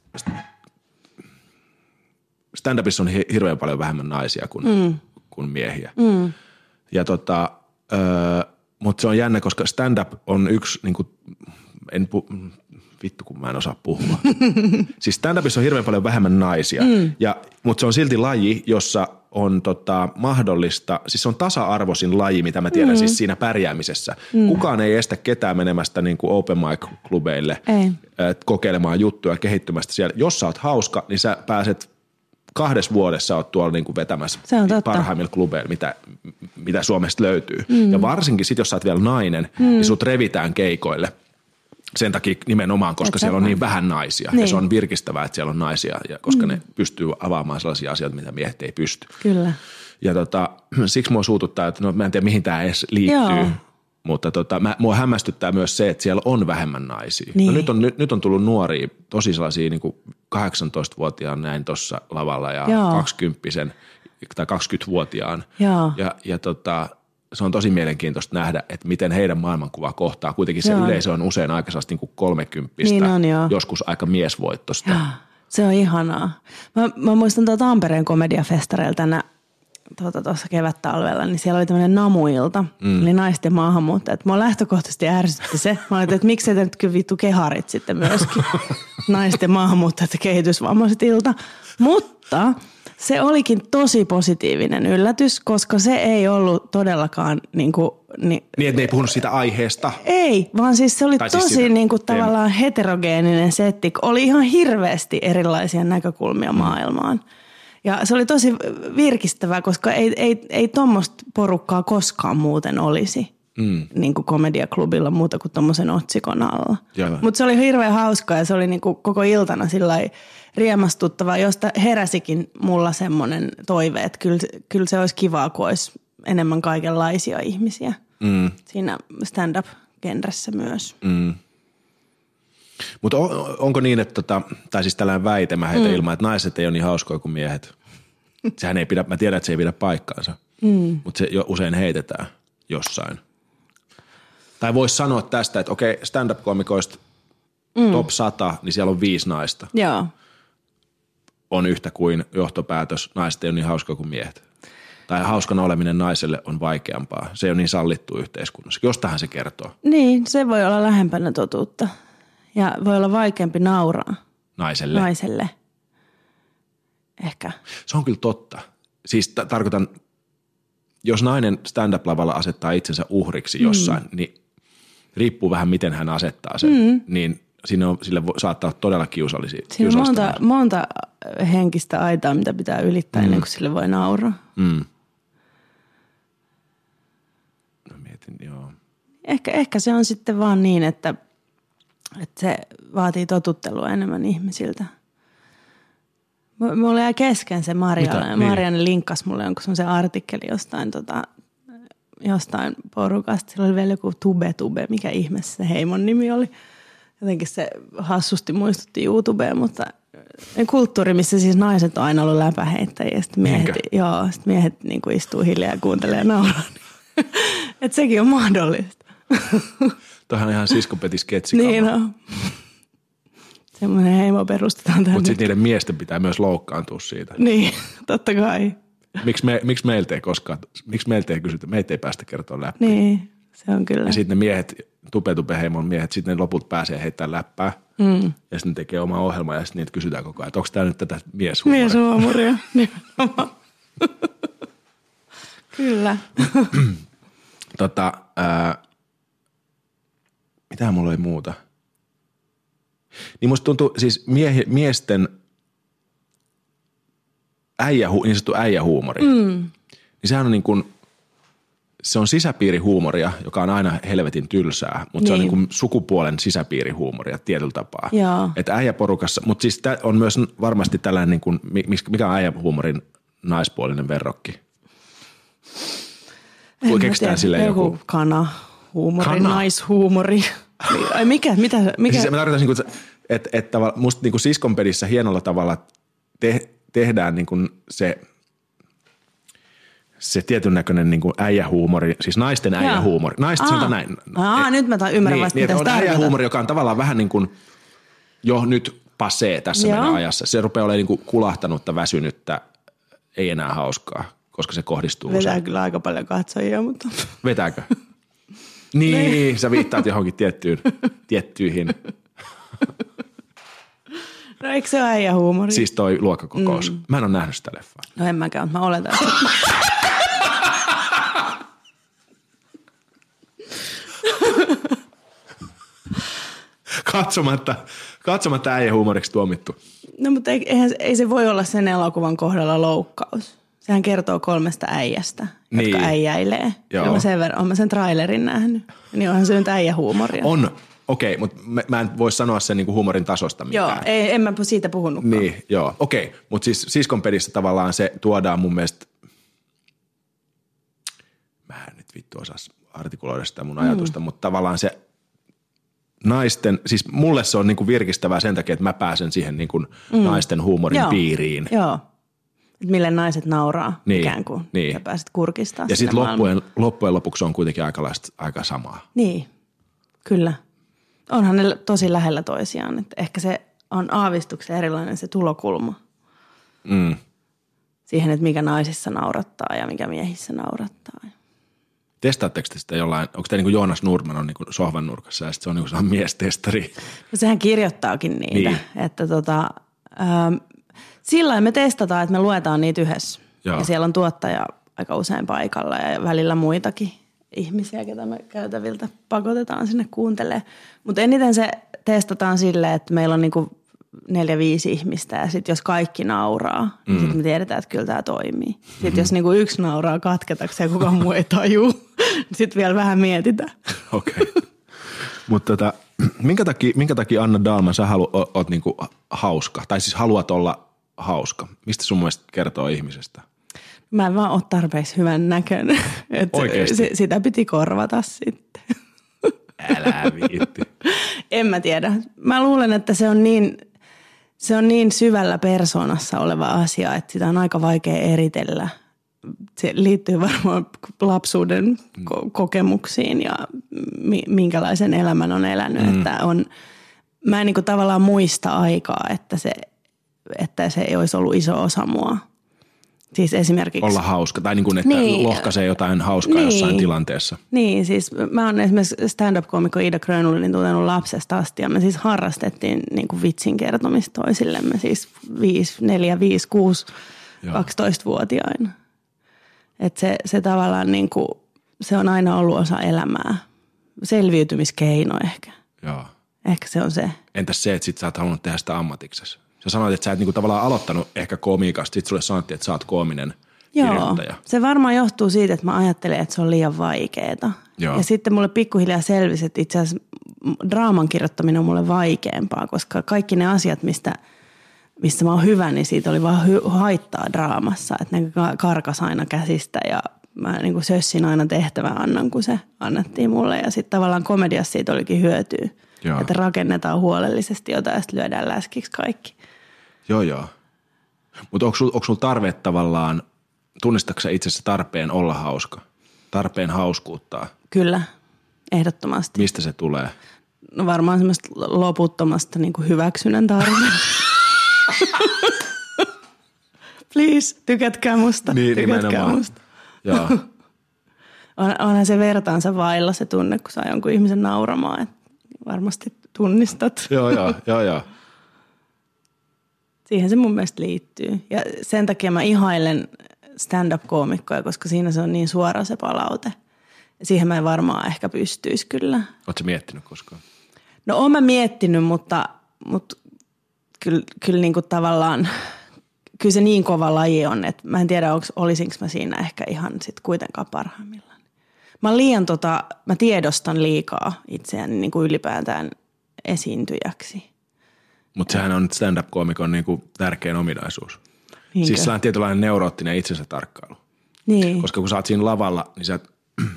stand-upissa on hirveän paljon vähemmän naisia kuin, mm. kuin miehiä. Mm. Ja tota, öö, mutta se on jännä, koska stand-up on yksi, niin kuin, en pu, vittu kun mä en osaa puhua. Siis stand-upissa on hirveän paljon vähemmän naisia, mm. ja, mutta se on silti laji, jossa on tota, mahdollista, siis se on tasa-arvoisin laji, mitä mä tiedän mm. siis siinä pärjäämisessä. Mm. Kukaan ei estä ketään menemästä niin kuin open mic-klubeille kokeilemaan juttuja, kehittymästä siellä. Jos sä oot hauska, niin sä pääset kahdessa vuodessa oot tuolla niin kuin vetämässä parhaimmilla klubeilla, mitä, mitä Suomesta löytyy. Mm. Ja varsinkin sit, jos sä oot vielä nainen, mm. niin sut revitään keikoille. Sen takia nimenomaan, koska Et siellä on niin vähän naisia. Niin. Ja se on virkistävää, että siellä on naisia, ja koska mm. ne pystyy avaamaan sellaisia asioita, mitä miehet ei pysty. Kyllä. Ja tota, siksi mua suututtaa, että no, mä en tiedä mihin tämä edes liittyy. Joo. Mutta tota, mä, mua hämmästyttää myös se, että siellä on vähemmän naisia. Niin. No nyt, on, nyt, nyt on tullut nuoria, tosi sellaisia niin kuin kahdeksantoistavuotiaan näin tuossa lavalla ja Joo. kaksikymppisen tai kaksikymmentävuotiaan. Joo. Ja, ja tota, se on tosi mielenkiintoista nähdä, että miten heidän maailmankuva kohtaa. Kuitenkin se Joo. yleisö on usein aika sellaista niin kuin kolmekymppistä, niin on, joskus aika miesvoittosta. Joo. Se on ihanaa. Mä, mä muistan tuota Tampereen komediafestareilta tänä tuossa tuota, kevät-talvella, niin siellä oli tämmöinen namuilta, mm. eli naisten maahanmuuttajat. Mua lähtökohtaisesti ärsytti se. Mä olin, että miksei te nyt kyllä vittu keharit sitten myöskin. Naisten maahanmuuttajat ja kehitysvammaiset ilta. Mutta se olikin tosi positiivinen yllätys, koska se ei ollut todellakaan niin kuin Niin, niin, että ne ei puhunut siitä aiheesta. Ei, vaan siis se oli tai tosi siis niin kuin tavallaan heterogeeninen setti. Oli ihan hirveästi erilaisia näkökulmia mm. maailmaan. Ja se oli tosi virkistävää, koska ei, ei, ei tommoista porukkaa koskaan muuten olisi. mm. niin kuin komediaklubilla muuta kuin tommosen otsikon alla. Mutta se oli hirveän hauskaa ja se oli niin kuin koko iltana sillai riemastuttavaa, josta heräsikin mulla semmoinen toive, että kyllä, kyllä se olisi kivaa, kun olisi enemmän kaikenlaisia ihmisiä mm. siinä stand-up-genressä myös. Mm. Mutta on, onko niin, että, tota, tai siis tällainen väite, mä heitän mm. ilman, että naiset ei ole niin hauskoja kuin miehet. Sehän ei pidä, mä tiedän, että se ei pidä paikkaansa, mm. mutta se jo usein heitetään jossain. Tai voisi sanoa tästä, että okei, stand-up-komikoista mm. top sata, niin siellä on viisi naista. Joo. On yhtä kuin johtopäätös, naiset ei ole niin hauskoja kuin miehet. Tai hauskana oleminen naiselle on vaikeampaa. Se ei ole niin sallittu yhteiskunnassa. Jostahan se kertoo. Niin, se voi olla lähempänä totuutta. Ja voi olla vaikeampi nauraa. Naiselle. Naiselle. Ehkä. Se on kyllä totta. Siis t- tarkoitan, jos nainen stand-up-lavalla asettaa itsensä uhriksi jossain, mm. niin riippuu vähän miten hän asettaa sen, mm. niin sinne on, sille voi, saattaa olla todella kiusallisia. Siinä on monta, monta henkistä aitaa, mitä pitää ylittää mm. ennen kuin sille voi nauraa. Mm. No mietin, joo. Ehkä, ehkä se on sitten vaan niin, että, että se vaatii totuttelua enemmän ihmisiltä. Mulla jäi kesken se Marianne. Niin. Marianne linkkasi mulle jonkun semmoisen artikkeli jostain, tota, jostain porukasta. Sillä oli vielä joku Tube Tube, mikä ihmeessä se heimon nimi oli. Jotenkin se hassusti muistutti YouTubea, mutta kulttuuri, missä siis naiset on aina ollut läpäheittäjiä. Sitten miehet, joo, sit miehet niin kuin istuu hiljaa ja kuuntelee ja nauraa. Että sekin on mahdollista. Tuohan on ihan siskopeti-sketsikama. Niin on. Semmoinen heimo perustetaan tähän. Mutta sitten niiden miesten pitää myös loukkaantua siitä. Niin, totta kai. Miksi me, miksi meiltä ei koskaan, miksi meiltä ei kysytä, meitä ei päästä kertoa läppää. Niin, se on kyllä. Ja sitten ne miehet, tupe-tupe-heimon miehet, sitten ne loput pääsee heittämään läppää. Mm. Ja sitten ne tekee oma ohjelma ja sitten niitä kysytään koko ajan, että onko tämä nyt tätä mieshuumoria? Mieshuumoria, nimenomaan. Kyllä. tota, ää, mitähän mulla oli muuta? Niin musta tuntuu, siis miehi, miesten äijä, niin sanottu äijähuumori, mm. niin sehän on niin kuin, se on sisäpiirihuumoria, joka on aina helvetin tylsää, mutta niin. se on niin kuin sukupuolen sisäpiirihuumoria tietyllä tapaa. Joo. Että äijäporukassa, mutta siis on myös varmasti tällainen, niin kuin, mikä on äijähuumorin naispuolinen verrokki? Voi keksitään sille joku. Joku kana, huumori, kana. Naishuumori. Ai mikä, mitä? mikä? Siis mä tarkoitan, että, että, että musta niin kuin siskonpedissä hienolla tavalla te, tehdään niin kuin se, se tietyn näköinen niin kuin äijähuumori, siis naisten äijähuumori. Naiset sanotaan näin. Aa, e, nyt mä ymmärrän niin, vasta, niin, mitä on äijähuumori, joka on tavallaan vähän niin kuin jo nyt passee tässä meidän ajassa. Se rupeaa olemaan niin kuin kulahtanutta, väsynyttä, ei enää hauskaa, koska se kohdistuu Vetää usein. kyllä aika paljon katsojia, mutta... Vetääkö? Niin, niin, sä viittaat johonkin tiettyyn, tiettyihin. No eikö se ole äijähuumori? Siis toi luokkakokous. Mm. Mä en ole nähnyt sitä leffaa. No en mäkään, mutta mä oletan, että... katsomatta, katsomatta äijähuumoriksi tuomittu. No mutta ei, eihän, ei se voi olla sen elokuvan kohdalla loukkaus. Sehän kertoo kolmesta äijästä, niin. jotka äijäilee. Joo. Mä sen verran, olen mä sen trailerin nähnyt. Niin onhan se nyt äijähuumoria. On, okei, okay, mutta mä, mä en voi sanoa sen niinku huumorin tasosta mitään. Joo, ei, en mä siitä puhunutkaan. Niin, joo, okei. Okay. Mutta siis siskonpedissä tavallaan se tuodaan mun mielestä, mä en nyt vittu osaa artikuloida sitä mun ajatusta, mm. mutta tavallaan se naisten, siis mulle se on niinku virkistävää sen takia, että mä pääsen siihen niinku mm. naisten huumorin joo. piiriin. Joo. Että mille naiset nauraa niin, ikään kuin. Niin. Sä pääset kurkistamaan. Ja sitten loppujen, loppujen lopuksi on kuitenkin aika, aika samaa. Niin, kyllä. Onhan ne tosi lähellä toisiaan. Että ehkä se on aavistuksen erilainen se tulokulma. Mm. Siihen, että mikä naisissa naurattaa ja mikä miehissä naurattaa. Testaatteko te sitä jollain, onko te niin kuin Joonas Nordman on niin kuin sohvan nurkassa ja sitten se on niin kuin miestestari? No sehän kirjoittaakin niitä, niin. että tota... Ähm, Sillä me testataan, että me luetaan niitä yhdessä. Joo. Ja siellä on tuottaja aika usein paikalla ja välillä muitakin ihmisiä, ketä me käytäviltä pakotetaan sinne kuuntelemaan. Mutta eniten se testataan silleen, että meillä on niinku neljä, viisi ihmistä ja sitten jos kaikki nauraa, mm. niin sitten me tiedetään, että kyllä tämä toimii. Sitten mm-hmm. jos niinku yksi nauraa katketakseen ja kukaan muu ei tajuu, Sitten vielä vähän mietitään. Okei. Okay. Mutta tota, minkä takia, minkä takia Anna Dahlman sä halu, o, oot niinku hauska? Tai siis haluat olla hauska? Mistä sun mielestä kertoo ihmisestä? Mä en vaan ole tarpeeksi hyvän näköinen. Oikeesti? Sitä piti korvata sitten. Älä viitti. En mä tiedä. Mä luulen, että se on niin, se on niin syvällä persoonassa oleva asia, että sitä on aika vaikea eritellä. Se liittyy varmaan lapsuuden ko- kokemuksiin ja mi- minkälaisen elämän on elänyt. Mm. Että on, mä en niin kuin tavallaan muista aikaa, että se, että se ei olisi ollut iso osa mua. Siis esimerkiksi olla hauska tai niin kuin, että niin, lohkaisee jotain hauskaa niin, jossain tilanteessa. Niin, siis mä oon esimerkiksi stand-up-koomikko Ida Grönlundin tuntenut lapsesta asti ja me siis harrastettiin niin kuin vitsin kertomista toisillemme siis viisi, neljä, viisi, kuusi, kaksitoistavuotiaina. Että se, se tavallaan niin kuin, se on aina ollut osa elämää. Selviytymiskeino ehkä. Joo. Ehkä se on se. Entäs se, että sit sä oot halunnut tehdä sitä ammatiksesi? Sä sanoit, että sä et niinku tavallaan aloittanut ehkä komiikasta, sit sulle sanottiin, että sä oot koominen kirjoittaja. Joo, se varmaan johtuu siitä, että mä ajattelen, että se on liian vaikeeta. Joo. Ja sitten mulle pikkuhiljaa selvisi, että itse asiassa draaman kirjoittaminen on mulle vaikeampaa, koska kaikki ne asiat, mistä, missä mä oon hyvä, niin siitä oli vaan hy- haittaa draamassa. Että ne karkas aina käsistä ja mä niin kuin sössin aina tehtävän annan, kun se annettiin mulle. Ja sitten tavallaan komediassa siitä olikin hyötyä. Joo. Että rakennetaan huolellisesti jotain ja sitten lyödään läskiksi kaikki. Joo, joo. Mutta onko sulla sul tarve tavallaan, tunnistatko sä itsessä tarpeen olla hauska? Tarpeen hauskuuttaa? Kyllä, ehdottomasti. Mistä se tulee? No varmaan semmoista loputtomasta niin kuin hyväksynnän tarve. Please, tykätkää musta. Niin, tykätkää nimenomaan. Musta. Joo. On, onhan se vertaansa vailla se tunne, kun saa jonkun ihmisen nauramaan, että varmasti tunnistat. Joo, joo, joo, joo. Siihen se mun mielestä liittyy. Ja sen takia mä ihailen stand-up-koomikkoja, koska siinä se on niin suora se palaute. Siihen mä en varmaan ehkä pystyisi kyllä. Ootko sä miettinyt koskaan? No oon mä miettinyt, mutta, mutta kyllä, kyllä niin kuin tavallaan, kyllä se niin kova laji on, että mä en tiedä, olisinko mä siinä ehkä ihan sit kuitenkaan parhaimmillaan. Mä oon liian tota, mä tiedostan liikaa itseäni niin kuin ylipäätään esiintyjäksi. Mutta sehän on stand-up-koomikon niinku tärkein ominaisuus. Niinkö? Siis sellainen tietynlainen neuroottinen itsensä tarkkailu. Niin. Koska kun sä oot siinä lavalla, niin sä,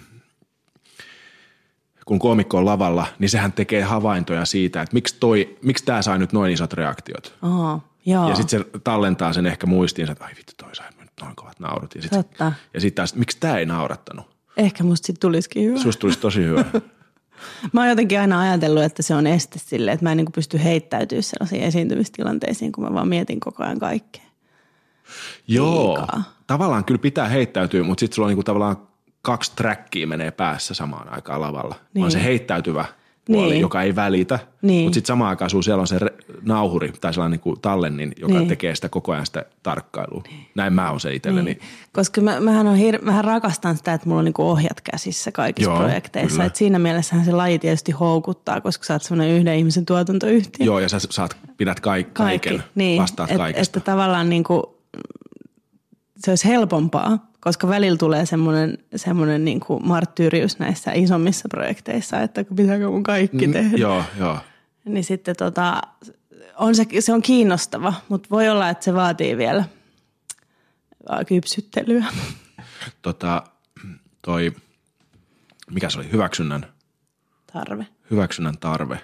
kun koomikko on lavalla, niin sehän tekee havaintoja siitä, että miksi, toi, miksi tää sai nyt noin isot reaktiot. Oho, joo. Ja sitten se tallentaa sen ehkä muistiinsa, että ai vittu toi sai nyt noin kovat naurut. Ja sitten sit taas, miksi tää ei naurattanut. Ehkä musta sit tulisikin hyvä. Susta tulisi tosi hyvä. Mä oon jotenkin aina ajatellut, että se on este sille, että mä en niin kuin pysty heittäytyä sellaisiin esiintymistilanteisiin, kun mä vaan mietin koko ajan kaikkea. Joo, Liikaa. Tavallaan kyllä pitää heittäytyä, mutta sitten sulla on niin kuin tavallaan kaksi trackia menee päässä samaan aikaan lavalla. Niin. On se heittäytyvä puoli, niin. joka ei välitä, niin. mutta sitten samaan aikaan sulla siellä on se nauhuri tai sellainen niin kuin tallennin, joka niin. tekee sitä koko ajan sitä tarkkailua. Niin. Näin mä oon se itselleni. Niin. Koska mä, mähän, on hir- mähän rakastan sitä, että mulla on niin kuin ohjat käsissä kaikissa Joo, projekteissa. Et siinä mielessähän se laji tietysti houkuttaa, koska sä oot semmoinen yhden ihmisen tuotantoyhtiö. Joo, ja sä saat, pidät kaiken, kaiken niin. vastaat et, kaikesta. Että tavallaan niin kuin, se olisi helpompaa. Koska välillä tulee semmoinen, semmoinen niin kuin marttyyrius näissä isommissa projekteissa, että pitääkö mun kaikki tehdä. Mm, joo, joo. Niin sitten tota, on se, se on kiinnostava, mutta voi olla, että se vaatii vielä kypsyttelyä. Tota, toi, mikä se oli, hyväksynnän? Tarve. Hyväksynnän tarve.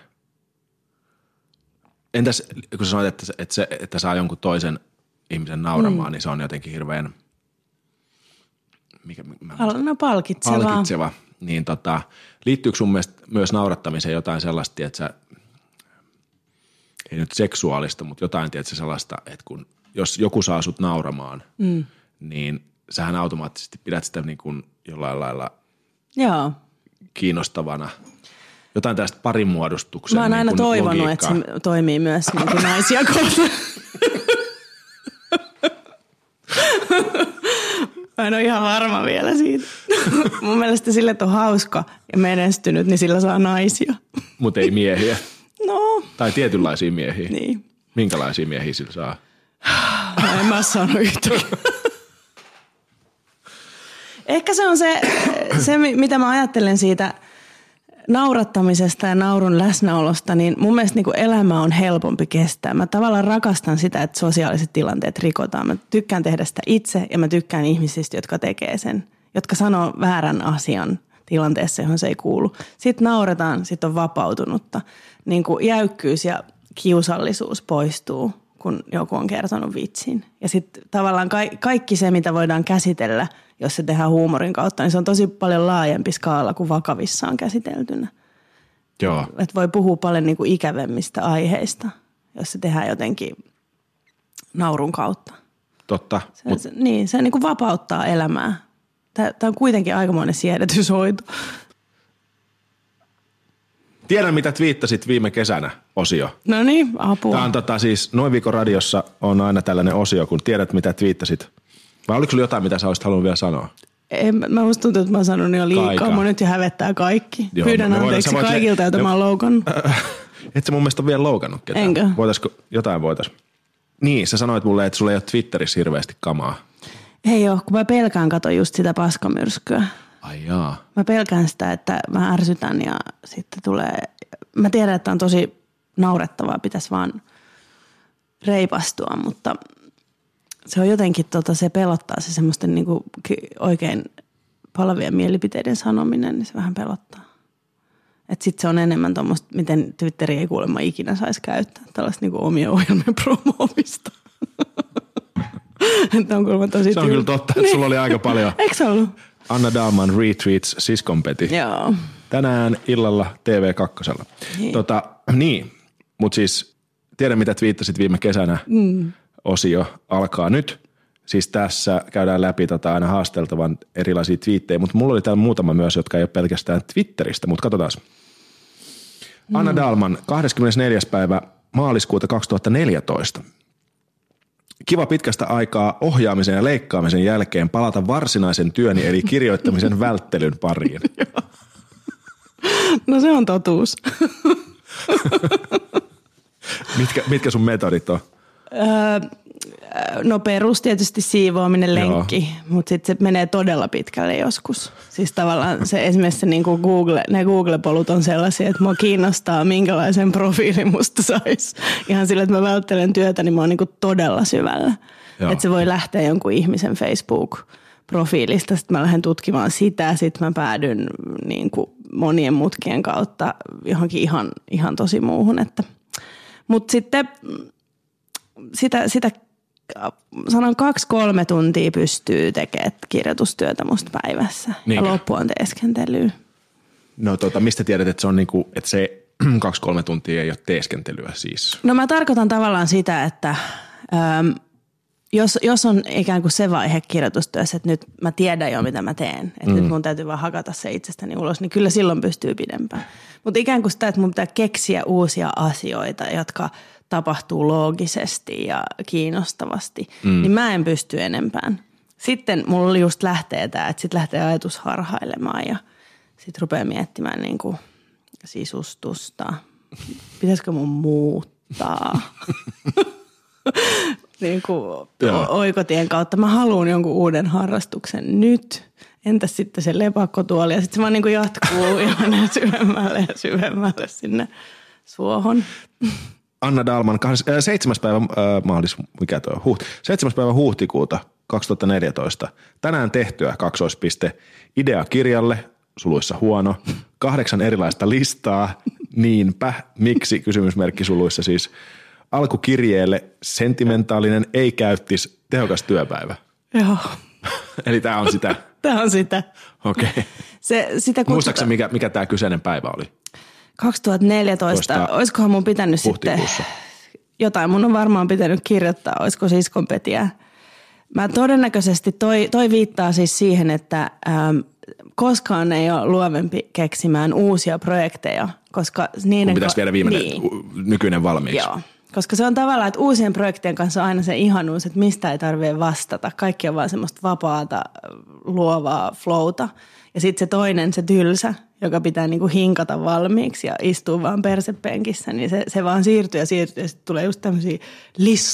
Entäs, kun sä sanoit, että, että, se, että saa jonkun toisen ihmisen nauramaan, mm. niin se on jotenkin hirveän... Mikä, mä no palkitseva. Palkitseva. Niin tota, liittyykö sun mielestä myös naurattamiseen jotain sellaista, että sä, ei nyt seksuaalista, mutta jotain tiedätkö, sellaista, että kun, jos joku saa sut nauramaan, mm. niin sähän automaattisesti pidät sitä niin kuin jollain lailla Joo. kiinnostavana. Jotain tästä parimuodostuksen Mä oon niin aina toivonut, logiikkaa. että se toimii myös niin kuin naisia kohtaan. Mä en ole ihan varma vielä siitä. Mun mielestä sille, että on hauska ja menestynyt, niin sillä saa naisia. Mutta ei miehiä. No. Tai tietynlaisia miehiä. Niin. Minkälaisia miehiä sillä saa? No, en mä sano yhtäkään. Ehkä se on se, se, mitä mä ajattelen siitä naurattamisesta ja naurun läsnäolosta, niin mun mielestä niin kuin elämä on helpompi kestää. Mä tavallaan rakastan sitä, että sosiaaliset tilanteet rikotaan. Mä tykkään tehdä sitä itse ja mä tykkään ihmisistä, jotka tekee sen, jotka sanoo väärän asian tilanteessa, johon se ei kuulu. Sitten nauretaan, sitten on vapautunutta. Niin kuin jäykkyys ja kiusallisuus poistuu, kun joku on kertonut vitsin. Ja sitten tavallaan ka- kaikki se, mitä voidaan käsitellä, jos se tehdään huumorin kautta, niin se on tosi paljon laajempi skaala kuin vakavissaan käsiteltynä. Joo. Että voi puhua paljon niin kuin ikävemmistä aiheista, jos se tehdään jotenkin naurun kautta. Totta. Se, Mut... se, niin, se niin kuin vapauttaa elämää. Tämä on kuitenkin aikamoinen siedätyshoito. Tiedän, mitä twiittasit viime kesänä, osio. No niin, apua. Tämä on tota, siis Noin viikon radiossa on aina tällainen osio, kun tiedät, mitä twiittasit. Vai oliko sulla jotain, mitä sä olisit halunnut vielä sanoa? En, mä musta tuntuu, että mä oon sanonut jo liikaa. Kaikaa. Mun nyt jo hävettää kaikki. Joo, Pyydän anteeksi voidaan, kaikilta, joita mä oon loukannut. Et sä mun mielestä ole vielä loukannut ketään. Enkö? Voitaisko, jotain voitais. Niin, sä sanoit mulle, että sulla ei ole Twitterissä hirveästi kamaa. Ei oo, kun mä pelkään kato just sitä paskamyrskyä. Ai jaa. Mä pelkään sitä, että mä ärsytän ja sitten tulee... Mä tiedän, että on tosi naurettavaa, pitäisi vaan reipastua, mutta se on jotenkin, tota, se pelottaa se semmoisten niinku oikein palavien mielipiteiden sanominen, niin se vähän pelottaa. Että sitten se on enemmän tuommoista, miten Twitteri ei kuulemma ikinä saisi käyttää, tällaista niinku omien ohjelmien promoomista. Että on kuulemma tosi se on kyllä totta, että sulla oli aika paljon. Eikö se ollut? Anna Dahlman retweets siskonpeti. Joo. Tänään illalla T V kaksi. Niin, tota, niin. Mutta siis tiedän mitä twiittasit viime kesänä. Mm. Osio alkaa nyt. Siis tässä käydään läpi tota aina haasteltavan erilaisia twiittejä, mutta mulla oli täällä muutama myös, jotka ei ole pelkästään Twitteristä, mutta katsotaan. Mm. Anna Dahlman, kahdeskymmenesneljäs päivä maaliskuuta kaksituhattaneljätoista. Kiva pitkästä aikaa ohjaamisen ja leikkaamisen jälkeen palata varsinaisen työni eli kirjoittamisen välttelyn pariin. No se on totuus. mitkä, mitkä sun metodit on? Öö, no perus tietysti siivoaminen, lenkki, mutta sitten se menee todella pitkälle joskus. Siis tavallaan se esimerkiksi se niinku Google, ne Google-polut on sellaisia, että mua kiinnostaa minkälaisen profiilin musta saisi. Ihan sillä, että mä välttelen työtä, niin mä oon niinku todella syvällä. Että se voi lähteä jonkun ihmisen Facebook-profiilista, sitten mä lähden tutkimaan sitä, sitten mä päädyn niinku monien mutkien kautta johonkin ihan, ihan tosi muuhun. Että. Mut sitten sitä, sitä sanon kaksi-kolme tuntia pystyy tekemään kirjoitustyötä musta päivässä. Niinkä. Ja loppu on teeskentelyä. No tota, mistä tiedät, että se on niinku, että se kaksi-kolme tuntia ei ole teeskentelyä siis? No mä tarkoitan tavallaan sitä, että äm, jos, jos on ikään kuin se vaihe kirjoitustyössä, että nyt mä tiedän jo mitä mä teen, että mm. nyt mun täytyy vaan hakata se itsestäni ulos, niin kyllä silloin pystyy pidempään. Mutta ikään kuin sitä, että mun pitää keksiä uusia asioita, jotka tapahtuu loogisesti ja kiinnostavasti, mm. niin mä en pysty enempään. Sitten mulla just lähtee tämä, että sitten lähtee ajatus harhailemaan ja sitten rupeaa miettimään niin kuin sisustusta. Pitäisikö mun muuttaa? niin kuin oikotien kautta. Mä haluan jonkun uuden harrastuksen nyt. Entäs sitten se lepakkotuoli ja sitten se vaan niin kuin jatkuu ja menee syvemmälle ja syvemmälle sinne suohon. Anna Dahlman, seitsemäs päivä äh, maalis, mikä toi on, huhti, seitsemäs päivä huhtikuuta kaksituhattaneljätoista. Tänään tehtyä kaksoispiste ideakirjalle, suluissa huono, kahdeksan erilaista listaa, niinpä, miksi, kysymysmerkki suluissa siis, alkukirjeelle sentimentaalinen, ei käyttis, tehokas työpäivä. Joo. Eli tää on sitä. Tää on sitä. Okei. Okay. Se, sitä Muistaakseni mikä, mikä tää kyseinen päivä oli? kaksituhattaneljätoista, olisikohan mun pitänyt huhtikuussa. Sitten jotain, mun on varmaan pitänyt kirjoittaa, olisiko siskonpetiä. Mä todennäköisesti, toi, toi viittaa siis siihen, että äm, koskaan ei ole luovempi keksimään uusia projekteja, koska niiden... Kun pitäisi viedä viimeinen niin. nykyinen valmiiksi. Joo, koska se on tavallaan, että uusien projektien kanssa on aina se ihanuus, että mistä ei tarvitse vastata. Kaikki on vaan semmoista vapaata, luovaa flowta. Ja sitten se toinen, se tylsä, joka pitää niinku hinkata valmiiksi ja istuu vaan persepenkissä, niin se, se vaan siirtyy ja siirtyy ja sitten tulee just tämmöisiä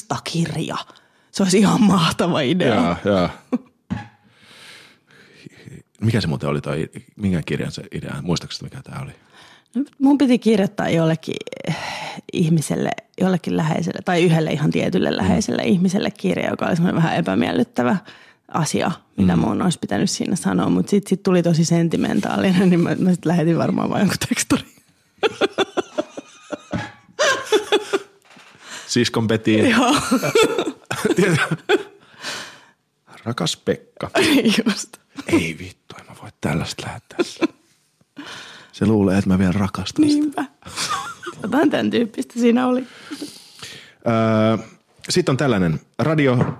listakirja. Se olisi ihan mahtava idea. Joo, joo. Mikä se muuten oli toi, minkä kirjan se idea? Muistaakseni mikä tämä oli? No, mun piti kirjoittaa jollekin ihmiselle, jollekin läheiselle tai yhdelle ihan tietylle läheiselle mm. ihmiselle kirja, joka oli semmoinen vähän epämiellyttävä asia, mitä mm. mun olisi pitänyt siinä sanoa. Mutta sitten sit tuli tosi sentimentaalinen, niin mä, mä sitten lähetin varmaan vain jonkun tekstorin. Siskon Petiin. Joo. Rakas Pekka. Just. Ei vittu, en mä voi tällaista lähettää. Se luulee, että mä vielä rakastan sitä. Niinpä. Jotain tämän tyyppistä siinä oli. Öö, sitten on tällainen radio,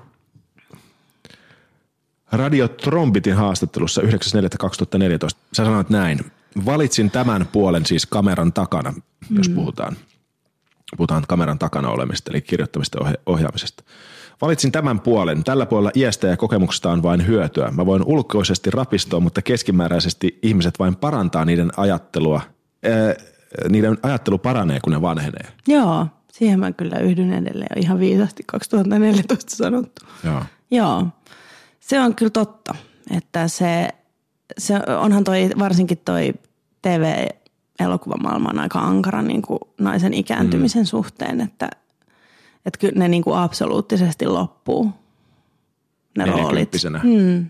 radio Trombitin haastattelussa yhdeksäs neljättä kaksituhattaneljätoista. Sä sanoit näin. Valitsin tämän puolen siis kameran takana, mm. jos puhutaan. Puhutaan kameran takana olemista, eli kirjoittamista ja ohjaamisesta. Valitsin tämän puolen. Tällä puolella iästä ja kokemuksesta on vain hyötyä. Mä voin ulkoisesti rapistua, mutta keskimääräisesti ihmiset vain parantaa niiden ajattelua. Ää, niiden ajattelu paranee, kun ne vanhenee. Joo, siihen mä kyllä yhdyn edelleen. Ihan viisasti kaksituhattaneljätoista sanottu. Joo. Joo, se on kyllä totta, että se, se onhan toi, varsinkin toi T V-elokuvamaailma on aika ankara niin kuin naisen ikääntymisen mm. suhteen, että Että kyllä ne niinku absoluuttisesti loppuu, ne roolit. Hmm.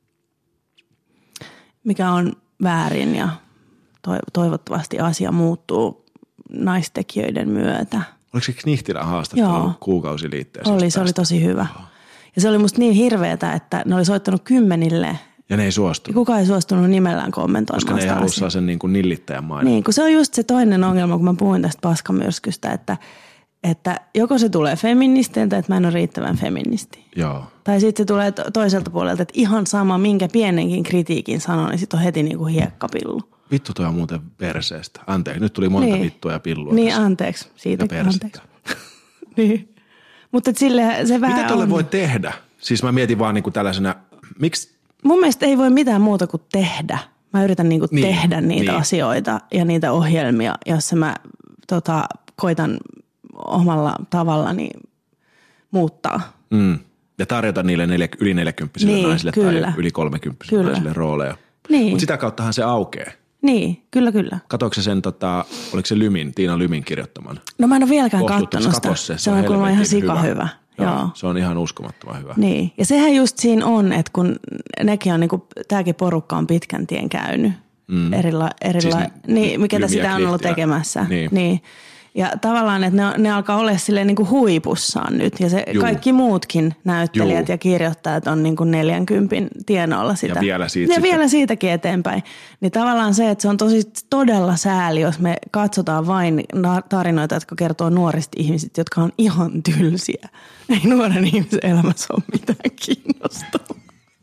Mikä on väärin ja toivottavasti asia muuttuu naistekijöiden myötä. Oliko se Knihtilän haastattelu kuukausiliitteessä? Oli, se oli tosi hyvä. Ja se oli musta niin hirveetä, että ne oli soittanut kymmenille. Ja ne ei suostunut. Kukaan ei suostunut nimellään kommentoimaan sitä. Koska ne ei halua sen niin kuin nillittäjän mainita. Niin, kun se on just se toinen ongelma, kun mä puhuin tästä paskamyrskystä, että Että joko se tulee feministeiltä, että mä en ole riittävän feministi. Joo. Tai sitten se tulee toiselta puolelta, että ihan sama, minkä pienenkin kritiikin sanon, niin sitten on heti niin kuin hiekkapillu. Vittu toi on muuten perseestä. Anteeksi, nyt tuli monta niin. vittua ja pillua. Niin, tässä. anteeksi. Siitä anteeksi. niin. Mutta sille se vähän mitä tolle on. voi tehdä? Siis mä mietin vaan niinku tällaisena, miksi? Mun mielestä ei voi mitään muuta kuin tehdä. Mä yritän niinku niin. tehdä niitä niin. asioita ja niitä ohjelmia, jossa mä tota, koitan omalla tavallani muuttaa. Mm. Ja tarjota niille neljä, yli neljäkymppisille niin, naisille kyllä. tai yli kolmekymppisille kyllä. naisille rooleja. Niin. Mutta sitä kauttahan se aukeaa. Niin, kyllä, kyllä. Katoiko se sen, tota, oliko se Lymin, Tiina Lymin kirjoittaman? No mä en ole vieläkään kattonut sitä. Se, se on kuulemma ihan sika hyvä. hyvä. Joo. Joo. Se on ihan uskomattoman hyvä. Niin, ja sehän just siinä on, että kun nekin on, niinku, tääkin porukka on pitkän tien käynyt. Mm. Erilla, erilla, siis niin, mikä sitä on ollut tekemässä. Niin. niin. Ja tavallaan, että ne, ne alkaa olla silleen niin kuin huipussaan nyt. Ja se Juu. kaikki muutkin näyttelijät Juu. ja kirjoittajat on niin kuin neljänkympin tienoilla sitä. Ja vielä siitä Ja vielä siitäkin eteenpäin. Niin tavallaan se, että se on tosi todella sääli, jos me katsotaan vain tarinoita, jotka kertoo nuorista ihmisistä, jotka on ihan tylsiä. Ei nuoren ihmisen elämässä ole mitään kiinnostavaa.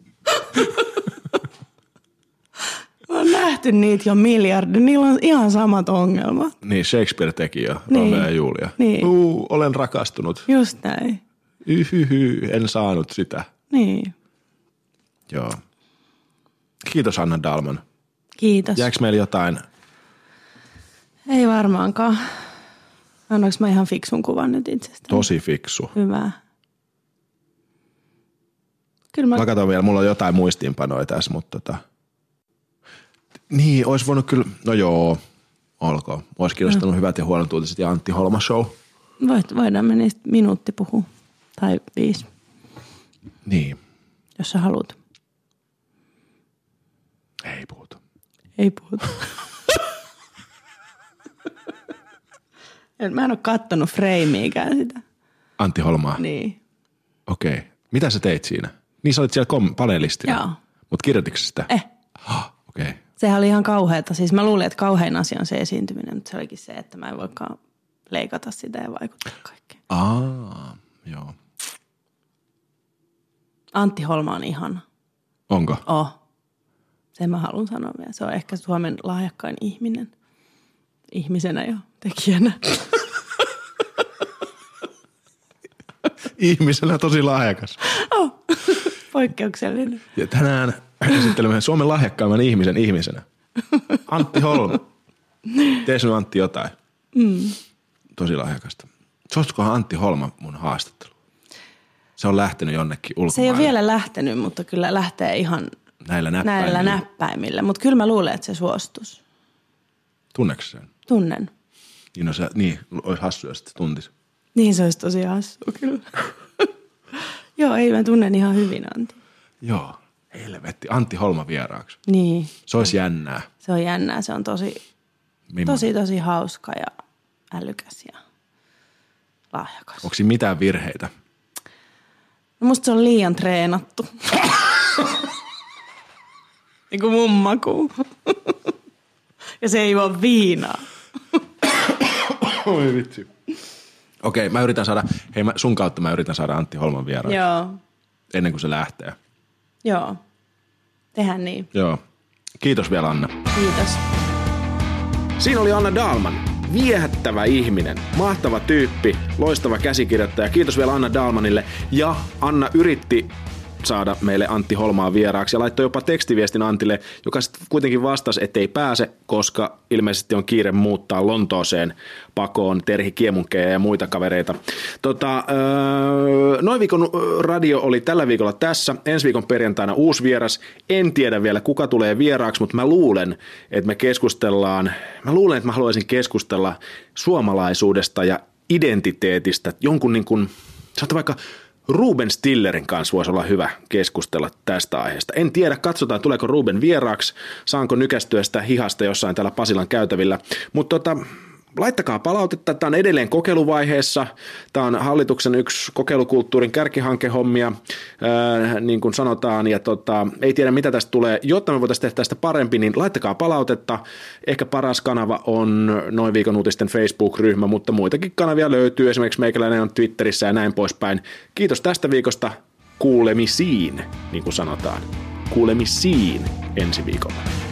Mä oon nähty niitä jo miljardi. Niillä on ihan samat ongelmat. Niin, Shakespeare teki jo, niin. Romeo ja Julia. Niin. Uu, olen rakastunut. Just näin. Yhyhy, en saanut sitä. Niin. Joo. Kiitos Anna Dahlman. Kiitos. Jääkö meillä jotain? Ei varmaankaan. Annoinko mä ihan fiksun kuvan nyt itsestäni? Tosi fiksu. Hyvä. Kyllä mä... Mä katson vielä, mulla on jotain muistiinpanoja tässä, mutta tota... Niin, olisi voinut kyllä, no joo, olkoon. Olisi kiinnostanut no. Hyvät ja huonot uutiset ja Antti Holma show. Voit, voidaan me niistä minuutti puhua, tai viisi. Niin. Jos sä haluat. Ei puhuta. Ei puhuta. Mä en ole kattonut freimiikään sitä. Antti Holmaa? Niin. Okei. Okay. Mitä sä teit siinä? Niin sä olit siellä kom- panelistina. Joo. Mutta kirjoititko sitä? Eh. Oh, okei. Okay. Sehän oli ihan kauheata. Siis mä luulin, että kauhein asia on se esiintyminen, mutta se olikin se, että mä en voikaan leikata sitä ja vaikuttaa kaikkeen. Aa, joo. Antti Holma on ihana. Onko? Oh. Sen mä haluan sanoa vielä. Se on ehkä Suomen lahjakkain ihminen. Ihmisenä ja tekijänä. Ihmisenä tosi lahjakas. Oh. Poikkeuksellinen. Ja tänään esittelemme Suomen lahjakkaimman ihmisen ihmisenä. Antti Holma. Tee sinun Antti jotain. Mm. Tosi lahjakasta. Suostukohan Antti Holma mun haastattelu? Se on lähtenyt jonnekin ulkomaille. Se ei ole vielä lähtenyt, mutta kyllä lähtee ihan Näillä näppäimillä. Näillä näppäimillä, mutta kyllä mä luulen, että se suostus. Tunneeko sen? Tunnen. Niin, no se, niin olisi hassu, jos se tuntisi. Niin se olisi tosi hassua kyllä. Joo, ei mä tunnen ihan hyvin Antti. Joo, helvetti. Antti Holma vieraaksi. Niin. Se olisi jännää. Se on jännää, se on tosi, tosi, tosi hauska ja älykäs ja lahjakas. Onko siinä mitään virheitä? No musta se on liian treenattu. Niin kuin mun maku. Ja se ei ole viinaa. Oi vitsi. Okei, mä yritän saada, hei mä, sun kautta mä yritän saada Antti Holman vieraaksi. Joo. Ennen kuin se lähtee. Joo. Tehdään niin. Joo. Kiitos vielä Anna. Kiitos. Siinä oli Anna Dahlman. Viehättävä ihminen, mahtava tyyppi, loistava käsikirjoittaja. Kiitos vielä Anna Dahlmanille. Ja Anna yritti saada meille Antti Holmaa vieraaksi ja laittoi jopa tekstiviestin Antille, joka sitten kuitenkin vastasi, ettei pääse, koska ilmeisesti on kiire muuttaa Lontooseen pakoon Terhi Kiemunkeja ja muita kavereita. Tota, öö, noin viikon radio oli tällä viikolla tässä. Ensi viikon perjantaina uusi vieras. En tiedä vielä, kuka tulee vieraaksi, mutta mä luulen, että me keskustellaan, mä luulen, että mä haluaisin keskustella suomalaisuudesta ja identiteetistä. Jonkun niin kuin, sanotaan vaikka Ruben Stillerin kanssa voisi olla hyvä keskustella tästä aiheesta. En tiedä, katsotaan tuleeko Ruben vieraaksi, saanko nykästyä sitä hihasta jossain täällä Pasilan käytävillä, mutta tota, laittakaa palautetta, tämä on edelleen kokeiluvaiheessa, tämä on hallituksen yksi kokeilukulttuurin kärkihankehommia, ää, niin kuin sanotaan, ja tota, ei tiedä mitä tästä tulee, jotta me voitaisiin tehdä tästä parempi, niin laittakaa palautetta, ehkä paras kanava on Noin viikon uutisten Facebook-ryhmä, mutta muitakin kanavia löytyy, esimerkiksi meikäläinen on Twitterissä ja näin poispäin. Kiitos tästä viikosta, kuulemisiin, niin kuin sanotaan, kuulemisiin ensi viikolla.